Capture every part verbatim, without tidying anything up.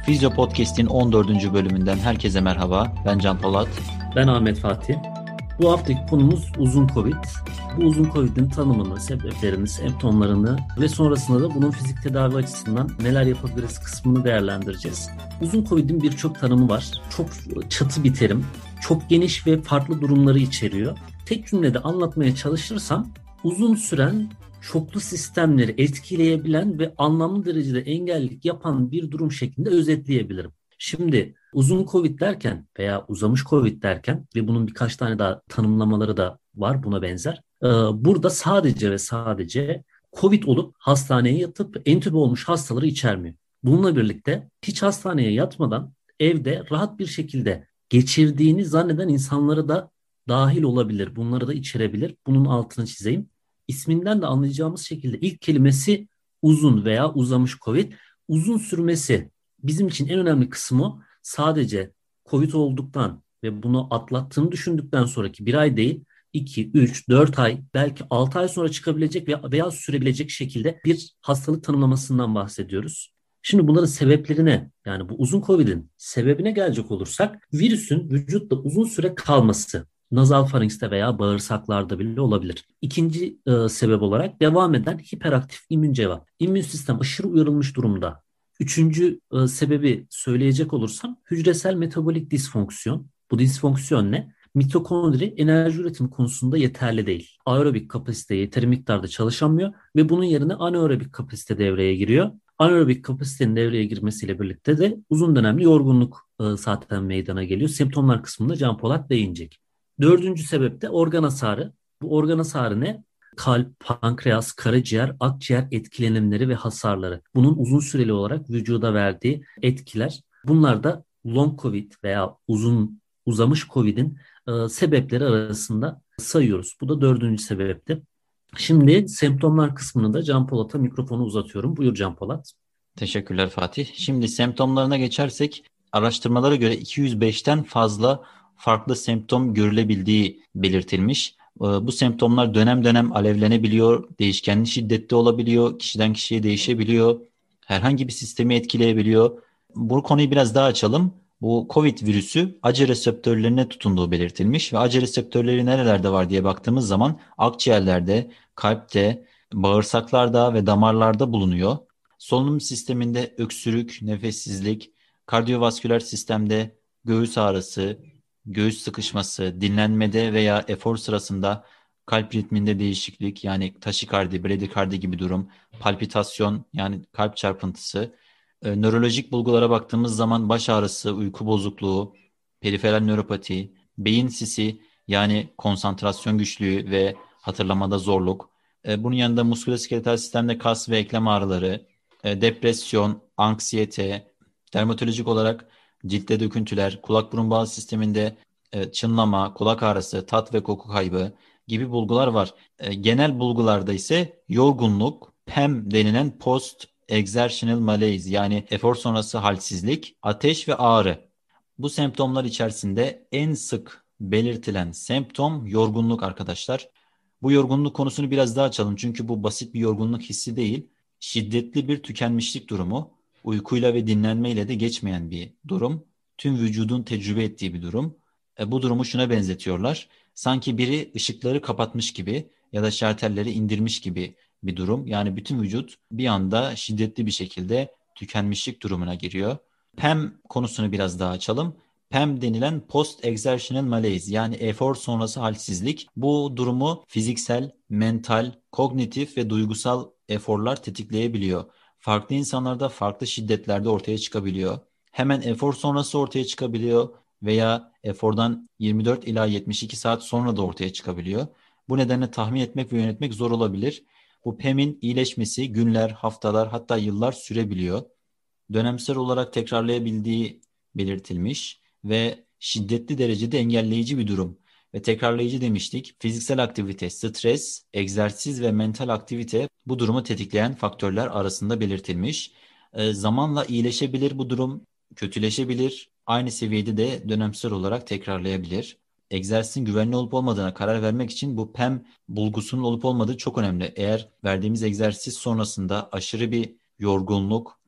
Fizyo Podcast'in on dördüncü bölümünden herkese merhaba. Ben Can Polat. Ben Ahmet Fatih. Bu haftaki konumuz uzun Covid. Bu uzun Covid'in tanımını, sebeplerini, semptomlarını ve sonrasında da bunun fizik tedavi açısından neler yapabiliriz kısmını değerlendireceğiz. Uzun Covid'in birçok tanımı var. Çok çatı bir terim. Çok geniş ve farklı durumları içeriyor. Tek cümlede anlatmaya çalışırsam uzun süren, çoklu sistemleri etkileyebilen ve anlamlı derecede engellilik yapan bir durum şeklinde özetleyebilirim. Şimdi uzun Covid derken veya uzamış Covid derken ve bunun birkaç tane daha tanımlamaları da var buna benzer. Burada sadece ve sadece Covid olup hastaneye yatıp entübe olmuş hastaları içermiyor. Bununla birlikte hiç hastaneye yatmadan evde rahat bir şekilde geçirdiğini zanneden insanları da dahil olabilir. Bunları da içerebilir. Bunun altını çizeyim. İsminden de anlayacağımız şekilde ilk kelimesi uzun veya uzamış Covid. Uzun sürmesi bizim için en önemli kısmı sadece Covid olduktan ve bunu atlattığını düşündükten sonraki bir ay değil, iki, üç, dört ay belki altı ay sonra çıkabilecek veya, veya sürebilecek şekilde bir hastalık tanımlamasından bahsediyoruz. Şimdi bunların sebeplerine, yani bu uzun Covid'in sebebine gelecek olursak virüsün vücutta uzun süre kalması. Nazal faringste veya bağırsaklarda bile olabilir. İkinci e, sebep olarak devam eden hiperaktif immün cevap. İmmün sistem aşırı uyarılmış durumda. Üçüncü e, sebebi söyleyecek olursam hücresel metabolik disfonksiyon. Bu disfonksiyon ne? Mitokondri enerji üretimi konusunda yeterli değil. Aerobik kapasite yeteri miktarda çalışamıyor ve bunun yerine anaerobik kapasite devreye giriyor. Anaerobik kapasitenin devreye girmesiyle birlikte de uzun dönemli yorgunluk e, zaten meydana geliyor. Semptomlar kısmında Can Polat değinecek. Dördüncü sebep de organ hasarı. Bu organ hasarı ne? Kalp, pankreas, karaciğer, akciğer etkilenimleri ve hasarları. Bunun uzun süreli olarak vücuda verdiği etkiler. Bunlar da long Covid veya uzun uzamış Covid'in e, sebepleri arasında sayıyoruz. Bu da dördüncü sebepti. Şimdi semptomlar kısmını da Can Polat'a mikrofonu uzatıyorum. Buyur Can Polat. Teşekkürler Fatih. Şimdi semptomlarına geçersek araştırmalara göre iki yüz beşten fazla farklı semptom görülebildiği belirtilmiş. Bu semptomlar dönem dönem alevlenebiliyor, değişkenli şiddette olabiliyor, kişiden kişiye değişebiliyor, herhangi bir sistemi etkileyebiliyor. Bu konuyu biraz daha açalım. Bu Covid virüsü A C E reseptörlerine tutunduğu belirtilmiş ve A C E reseptörleri nerelerde var diye baktığımız zaman akciğerlerde, kalpte, bağırsaklarda ve damarlarda bulunuyor. Solunum sisteminde öksürük, nefessizlik, kardiyovasküler sistemde göğüs ağrısı, göğüs sıkışması, dinlenmede veya efor sırasında kalp ritminde değişiklik yani taşikardi, bradikardi gibi durum, palpitasyon yani kalp çarpıntısı, e, nörolojik bulgulara baktığımız zaman baş ağrısı, uyku bozukluğu, periferal nöropati, beyin sisi yani konsantrasyon güçlüğü ve hatırlamada zorluk, e, bunun yanında musküloskeletal sistemde kas ve eklem ağrıları, e, depresyon, anksiyete, dermatolojik olarak ciltte döküntüler, kulak burun boğaz sisteminde e, çınlama, kulak ağrısı, tat ve koku kaybı gibi bulgular var. E, genel bulgularda ise yorgunluk, P E M denilen post exertional malaise yani efor sonrası halsizlik, ateş ve ağrı. Bu semptomlar içerisinde en sık belirtilen semptom yorgunluk arkadaşlar. Bu yorgunluk konusunu biraz daha açalım çünkü bu basit bir yorgunluk hissi değil, şiddetli bir tükenmişlik durumu, uykuyla ve dinlenmeyle de geçmeyen bir durum, tüm vücudun tecrübe ettiği bir durum. E, bu durumu şuna benzetiyorlar. Sanki biri ışıkları kapatmış gibi ya da şartelleri indirmiş gibi bir durum. Yani bütün vücut bir anda şiddetli bir şekilde tükenmişlik durumuna giriyor. P E M konusunu biraz daha açalım. P E M denilen post exertional malaise yani efor sonrası halsizlik. Bu durumu fiziksel, mental, kognitif ve duygusal eforlar tetikleyebiliyor. Farklı insanlarda farklı şiddetlerde ortaya çıkabiliyor. Hemen efor sonrası ortaya çıkabiliyor veya efordan yirmi dört ila yetmiş iki saat sonra da ortaya çıkabiliyor. Bu nedenle tahmin etmek ve yönetmek zor olabilir. Bu P E M'in iyileşmesi günler, haftalar hatta yıllar sürebiliyor. Dönemsel olarak tekrarlayabildiği belirtilmiş ve şiddetli derecede engelleyici bir durum. Ve tekrarlayıcı demiştik. Fiziksel aktivite, stres, egzersiz ve mental aktivite bu durumu tetikleyen faktörler arasında belirtilmiş. E, zamanla iyileşebilir bu durum, kötüleşebilir. Aynı seviyede de dönemsel olarak tekrarlayabilir. Egzersizin güvenli olup olmadığına karar vermek için bu P E M bulgusunun olup olmadığı çok önemli. Eğer verdiğimiz egzersiz sonrasında aşırı bir yorgunluk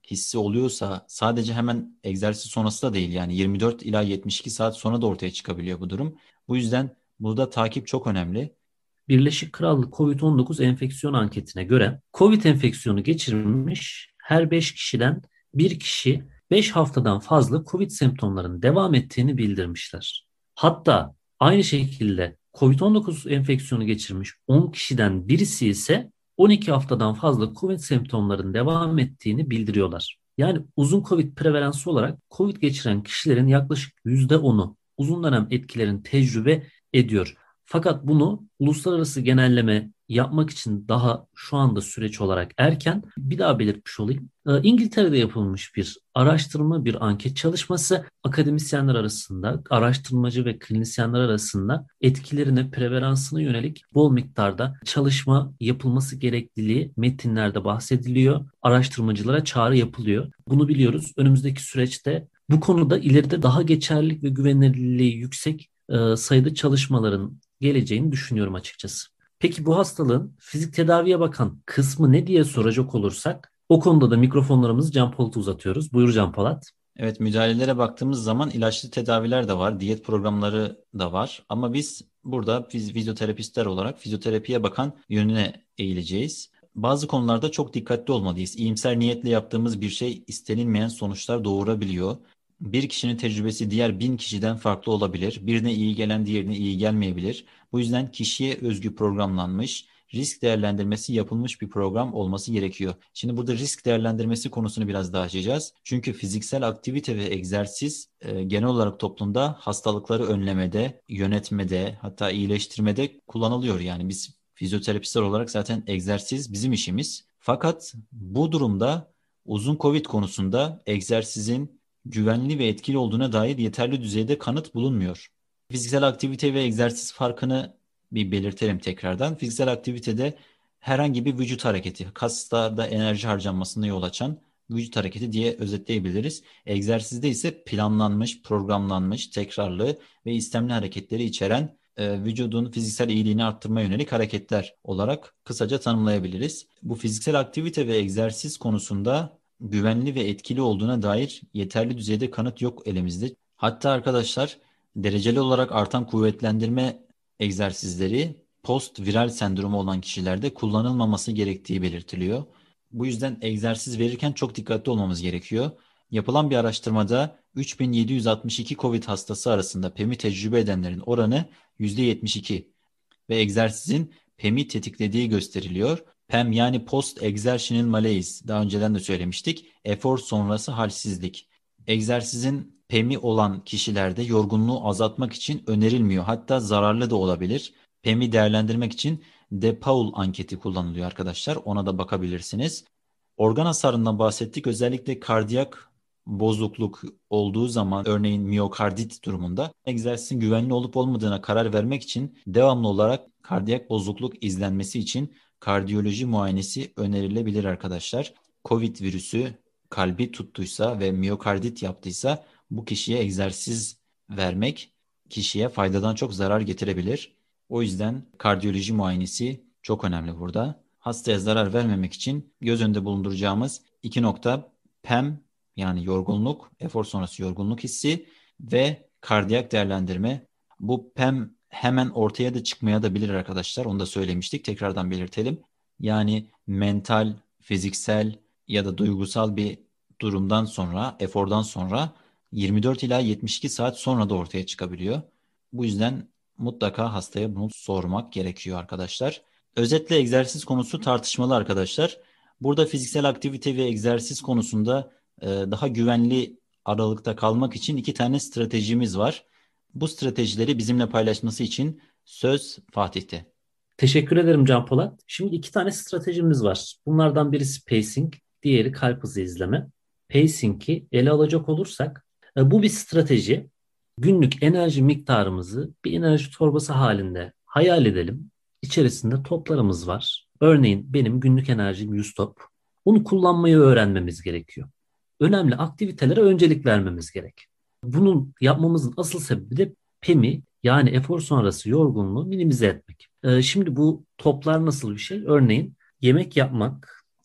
hissi oluyorsa sadece hemen egzersiz sonrası da değil, yani yirmi dört ila yetmiş iki saat sonra da ortaya çıkabiliyor bu durum. Bu yüzden burada takip çok önemli. Birleşik Krallık covid on dokuz enfeksiyon anketine göre Covid enfeksiyonu geçirmiş her beş kişiden bir kişi beş haftadan fazla Covid semptomlarının devam ettiğini bildirmişler. Hatta aynı şekilde Covid on dokuz enfeksiyonu geçirmiş on kişiden birisi ise on iki haftadan fazla Covid semptomlarının devam ettiğini bildiriyorlar. Yani uzun Covid prevalansı olarak Covid geçiren kişilerin yaklaşık yüzde onu uzun dönem etkilerini tecrübe ediyor. Fakat bunu uluslararası genelleme yapmak için daha şu anda süreç olarak erken. Bir daha belirtmiş olayım. Ee, İngiltere'de yapılmış bir araştırma, bir anket çalışması akademisyenler arasında, araştırmacı ve klinisyenler arasında etkilerine, prevalansına yönelik bol miktarda çalışma yapılması gerekliliği metinlerde bahsediliyor. Araştırmacılara çağrı yapılıyor. Bunu biliyoruz. Önümüzdeki süreçte bu konuda ileride daha geçerlilik ve güvenilirliği yüksek e, sayıda çalışmaların geleceğini düşünüyorum açıkçası. Peki bu hastalığın fizik tedaviye bakan kısmı ne diye soracak olursak o konuda da mikrofonlarımızı Can Polat'a uzatıyoruz. Buyur Can Polat. Evet, müdahalelere baktığımız zaman ilaçlı tedaviler de var, diyet programları da var. Ama biz burada biz fizyoterapistler olarak fizyoterapiye bakan yönüne eğileceğiz. Bazı konularda çok dikkatli olmalıyız. İyimser niyetle yaptığımız bir şey istenilmeyen sonuçlar doğurabiliyor. Bir kişinin tecrübesi diğer bin kişiden farklı olabilir. Birine iyi gelen diğerine iyi gelmeyebilir. Bu yüzden kişiye özgü programlanmış, risk değerlendirmesi yapılmış bir program olması gerekiyor. Şimdi burada risk değerlendirmesi konusunu biraz daha açacağız. Çünkü fiziksel aktivite ve egzersiz e, genel olarak toplumda hastalıkları önlemede, yönetmede, hatta iyileştirmede kullanılıyor. Yani biz fizyoterapistler olarak zaten egzersiz bizim işimiz. Fakat bu durumda uzun Covid konusunda egzersizin güvenli ve etkili olduğuna dair yeterli düzeyde kanıt bulunmuyor. Fiziksel aktivite ve egzersiz farkını bir belirtelim tekrardan. Fiziksel aktivitede herhangi bir vücut hareketi, kaslarda enerji harcanmasına yol açan vücut hareketi diye özetleyebiliriz. Egzersizde ise planlanmış, programlanmış, tekrarlı ve istemli hareketleri içeren e, vücudun fiziksel iyiliğini arttırmaya yönelik hareketler olarak kısaca tanımlayabiliriz. Bu fiziksel aktivite ve egzersiz konusunda güvenli ve etkili olduğuna dair yeterli düzeyde kanıt yok elimizde. Hatta arkadaşlar, dereceli olarak artan kuvvetlendirme egzersizleri post viral sendromu olan kişilerde kullanılmaması gerektiği belirtiliyor. Bu yüzden egzersiz verirken çok dikkatli olmamız gerekiyor. Yapılan bir araştırmada üç bin yedi yüz altmış iki Covid hastası arasında P E M'i tecrübe edenlerin oranı yüzde yetmiş iki ve egzersizin P E M'i tetiklediği gösteriliyor. P E M yani Post Exertional Malaise, daha önceden de söylemiştik. Efor sonrası halsizlik. Egzersizin P E M'i olan kişilerde yorgunluğu azaltmak için önerilmiyor. Hatta zararlı da olabilir. P E M'i değerlendirmek için De Paul anketi kullanılıyor arkadaşlar. Ona da bakabilirsiniz. Organ hasarından bahsettik. Özellikle kardiyak bozukluk olduğu zaman, örneğin miyokardit durumunda egzersizin güvenli olup olmadığına karar vermek için devamlı olarak kardiyak bozukluk izlenmesi için kardiyoloji muayenesi önerilebilir arkadaşlar. Covid virüsü kalbi tuttuysa ve miyokardit yaptıysa bu kişiye egzersiz vermek kişiye faydadan çok zarar getirebilir. O yüzden kardiyoloji muayenesi çok önemli burada. Hastaya zarar vermemek için göz önünde bulunduracağımız iki nokta: P E M yani yorgunluk, efor sonrası yorgunluk hissi ve kardiyak değerlendirme. Bu P E M hemen ortaya da çıkmaya da bilir arkadaşlar. Onu da söylemiştik. Tekrardan belirtelim. Yani mental, fiziksel ya da duygusal bir durumdan sonra, efordan sonra yirmi dört ila yetmiş iki saat sonra da ortaya çıkabiliyor. Bu yüzden mutlaka hastaya bunu sormak gerekiyor arkadaşlar. Özetle egzersiz konusu tartışmalı arkadaşlar. Burada fiziksel aktivite ve egzersiz konusunda e, daha güvenli aralıkta kalmak için iki tane stratejimiz var. Bu stratejileri bizimle paylaşması için söz Fatih'te. Teşekkür ederim Can Polat. Şimdi iki tane stratejimiz var. Bunlardan birisi pacing, diğeri kalp hızı izleme. Pacing'i ele alacak olursak, e, bu bir strateji. Günlük enerji miktarımızı bir enerji torbası halinde hayal edelim. İçerisinde toplarımız var. Örneğin benim günlük enerjim yüz top. Bunu kullanmayı öğrenmemiz gerekiyor. Önemli aktivitelere öncelik vermemiz gerek. Bunun yapmamızın asıl sebebi de P E M'i yani efor sonrası yorgunluğu minimize etmek. Ee, şimdi bu toplar nasıl bir şey? Örneğin yemek yapmak,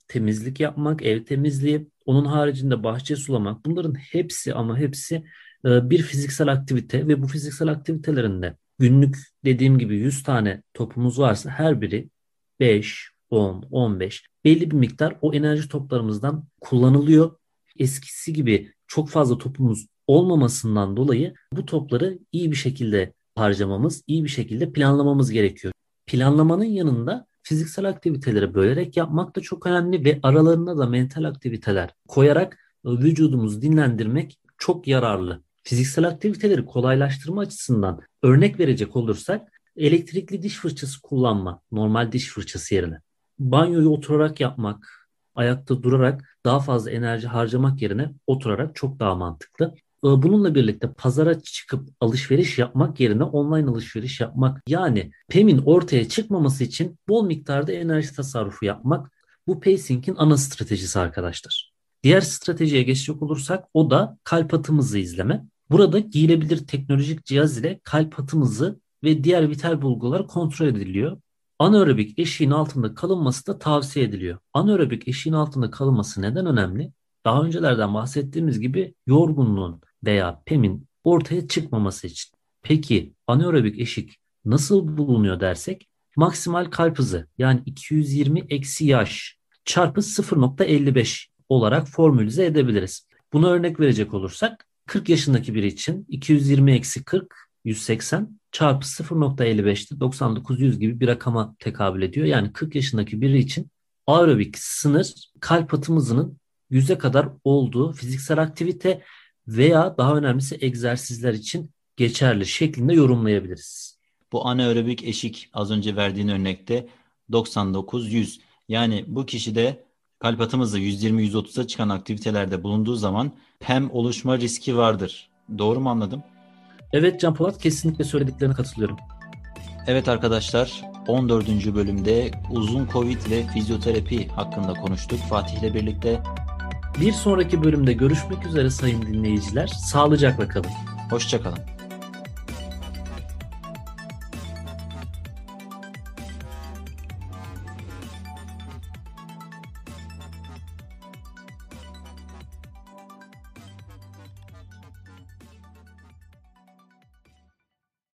temizlik yapmak, ev temizliği, onun haricinde bahçe sulamak, bunların hepsi ama hepsi e, bir fiziksel aktivite ve bu fiziksel aktivitelerinde günlük dediğim gibi yüz tane topumuz varsa her biri beş, on, on beş belli bir miktar o enerji toplarımızdan kullanılıyor. Eskisi gibi çok fazla topumuz olmamasından dolayı bu topları iyi bir şekilde harcamamız, iyi bir şekilde planlamamız gerekiyor. Planlamanın yanında fiziksel aktiviteleri bölerek yapmak da çok önemli ve aralarına da mental aktiviteler koyarak vücudumuzu dinlendirmek çok yararlı. Fiziksel aktiviteleri kolaylaştırma açısından örnek verecek olursak elektrikli diş fırçası kullanma, normal diş fırçası yerine. Banyoyu oturarak yapmak, ayakta durarak daha fazla enerji harcamak yerine oturarak çok daha mantıklı. Bununla birlikte pazara çıkıp alışveriş yapmak yerine online alışveriş yapmak, yani P E M'in ortaya çıkmaması için bol miktarda enerji tasarrufu yapmak, bu pacing'in ana stratejisi arkadaşlar. Diğer stratejiye geçecek olursak o da kalp atımızı izleme. Burada giyilebilir teknolojik cihaz ile kalp atımızı ve diğer vital bulgular kontrol ediliyor. Anaerobik eşiğin altında kalınması da tavsiye ediliyor. Anaerobik eşiğin altında kalınması neden önemli? Daha öncelerden bahsettiğimiz gibi yorgunluğun veya P E M'in ortaya çıkmaması için. Peki anaerobik eşik nasıl bulunuyor dersek, maksimal kalp hızı yani iki yüz yirmi eksi yaş çarpı sıfır nokta elli beş olarak formülize edebiliriz. Buna örnek verecek olursak kırk yaşındaki biri için iki yüz yirmi eksi kırk yüz seksen çarpı sıfır nokta elli beşte doksan dokuz yüz gibi bir rakama tekabül ediyor. Yani kırk yaşındaki biri için aerobik sınır kalp atım hızının yüze kadar olduğu fiziksel aktivite veya daha önemlisi egzersizler için geçerli şeklinde yorumlayabiliriz. Bu anaerobik eşik az önce verdiğin örnekte doksan dokuz yüz. Yani bu kişi de kalp atım hızı yüz yirmi yüz otuza çıkan aktivitelerde bulunduğu zaman P E M oluşma riski vardır. Doğru mu anladım? Evet Can Polat, kesinlikle söylediklerine katılıyorum. Evet arkadaşlar, on dördüncü bölümde uzun Covid ve fizyoterapi hakkında konuştuk Fatih ile birlikte. Bir sonraki bölümde görüşmek üzere sayın dinleyiciler. Sağlıcakla kalın. Hoşça kalın.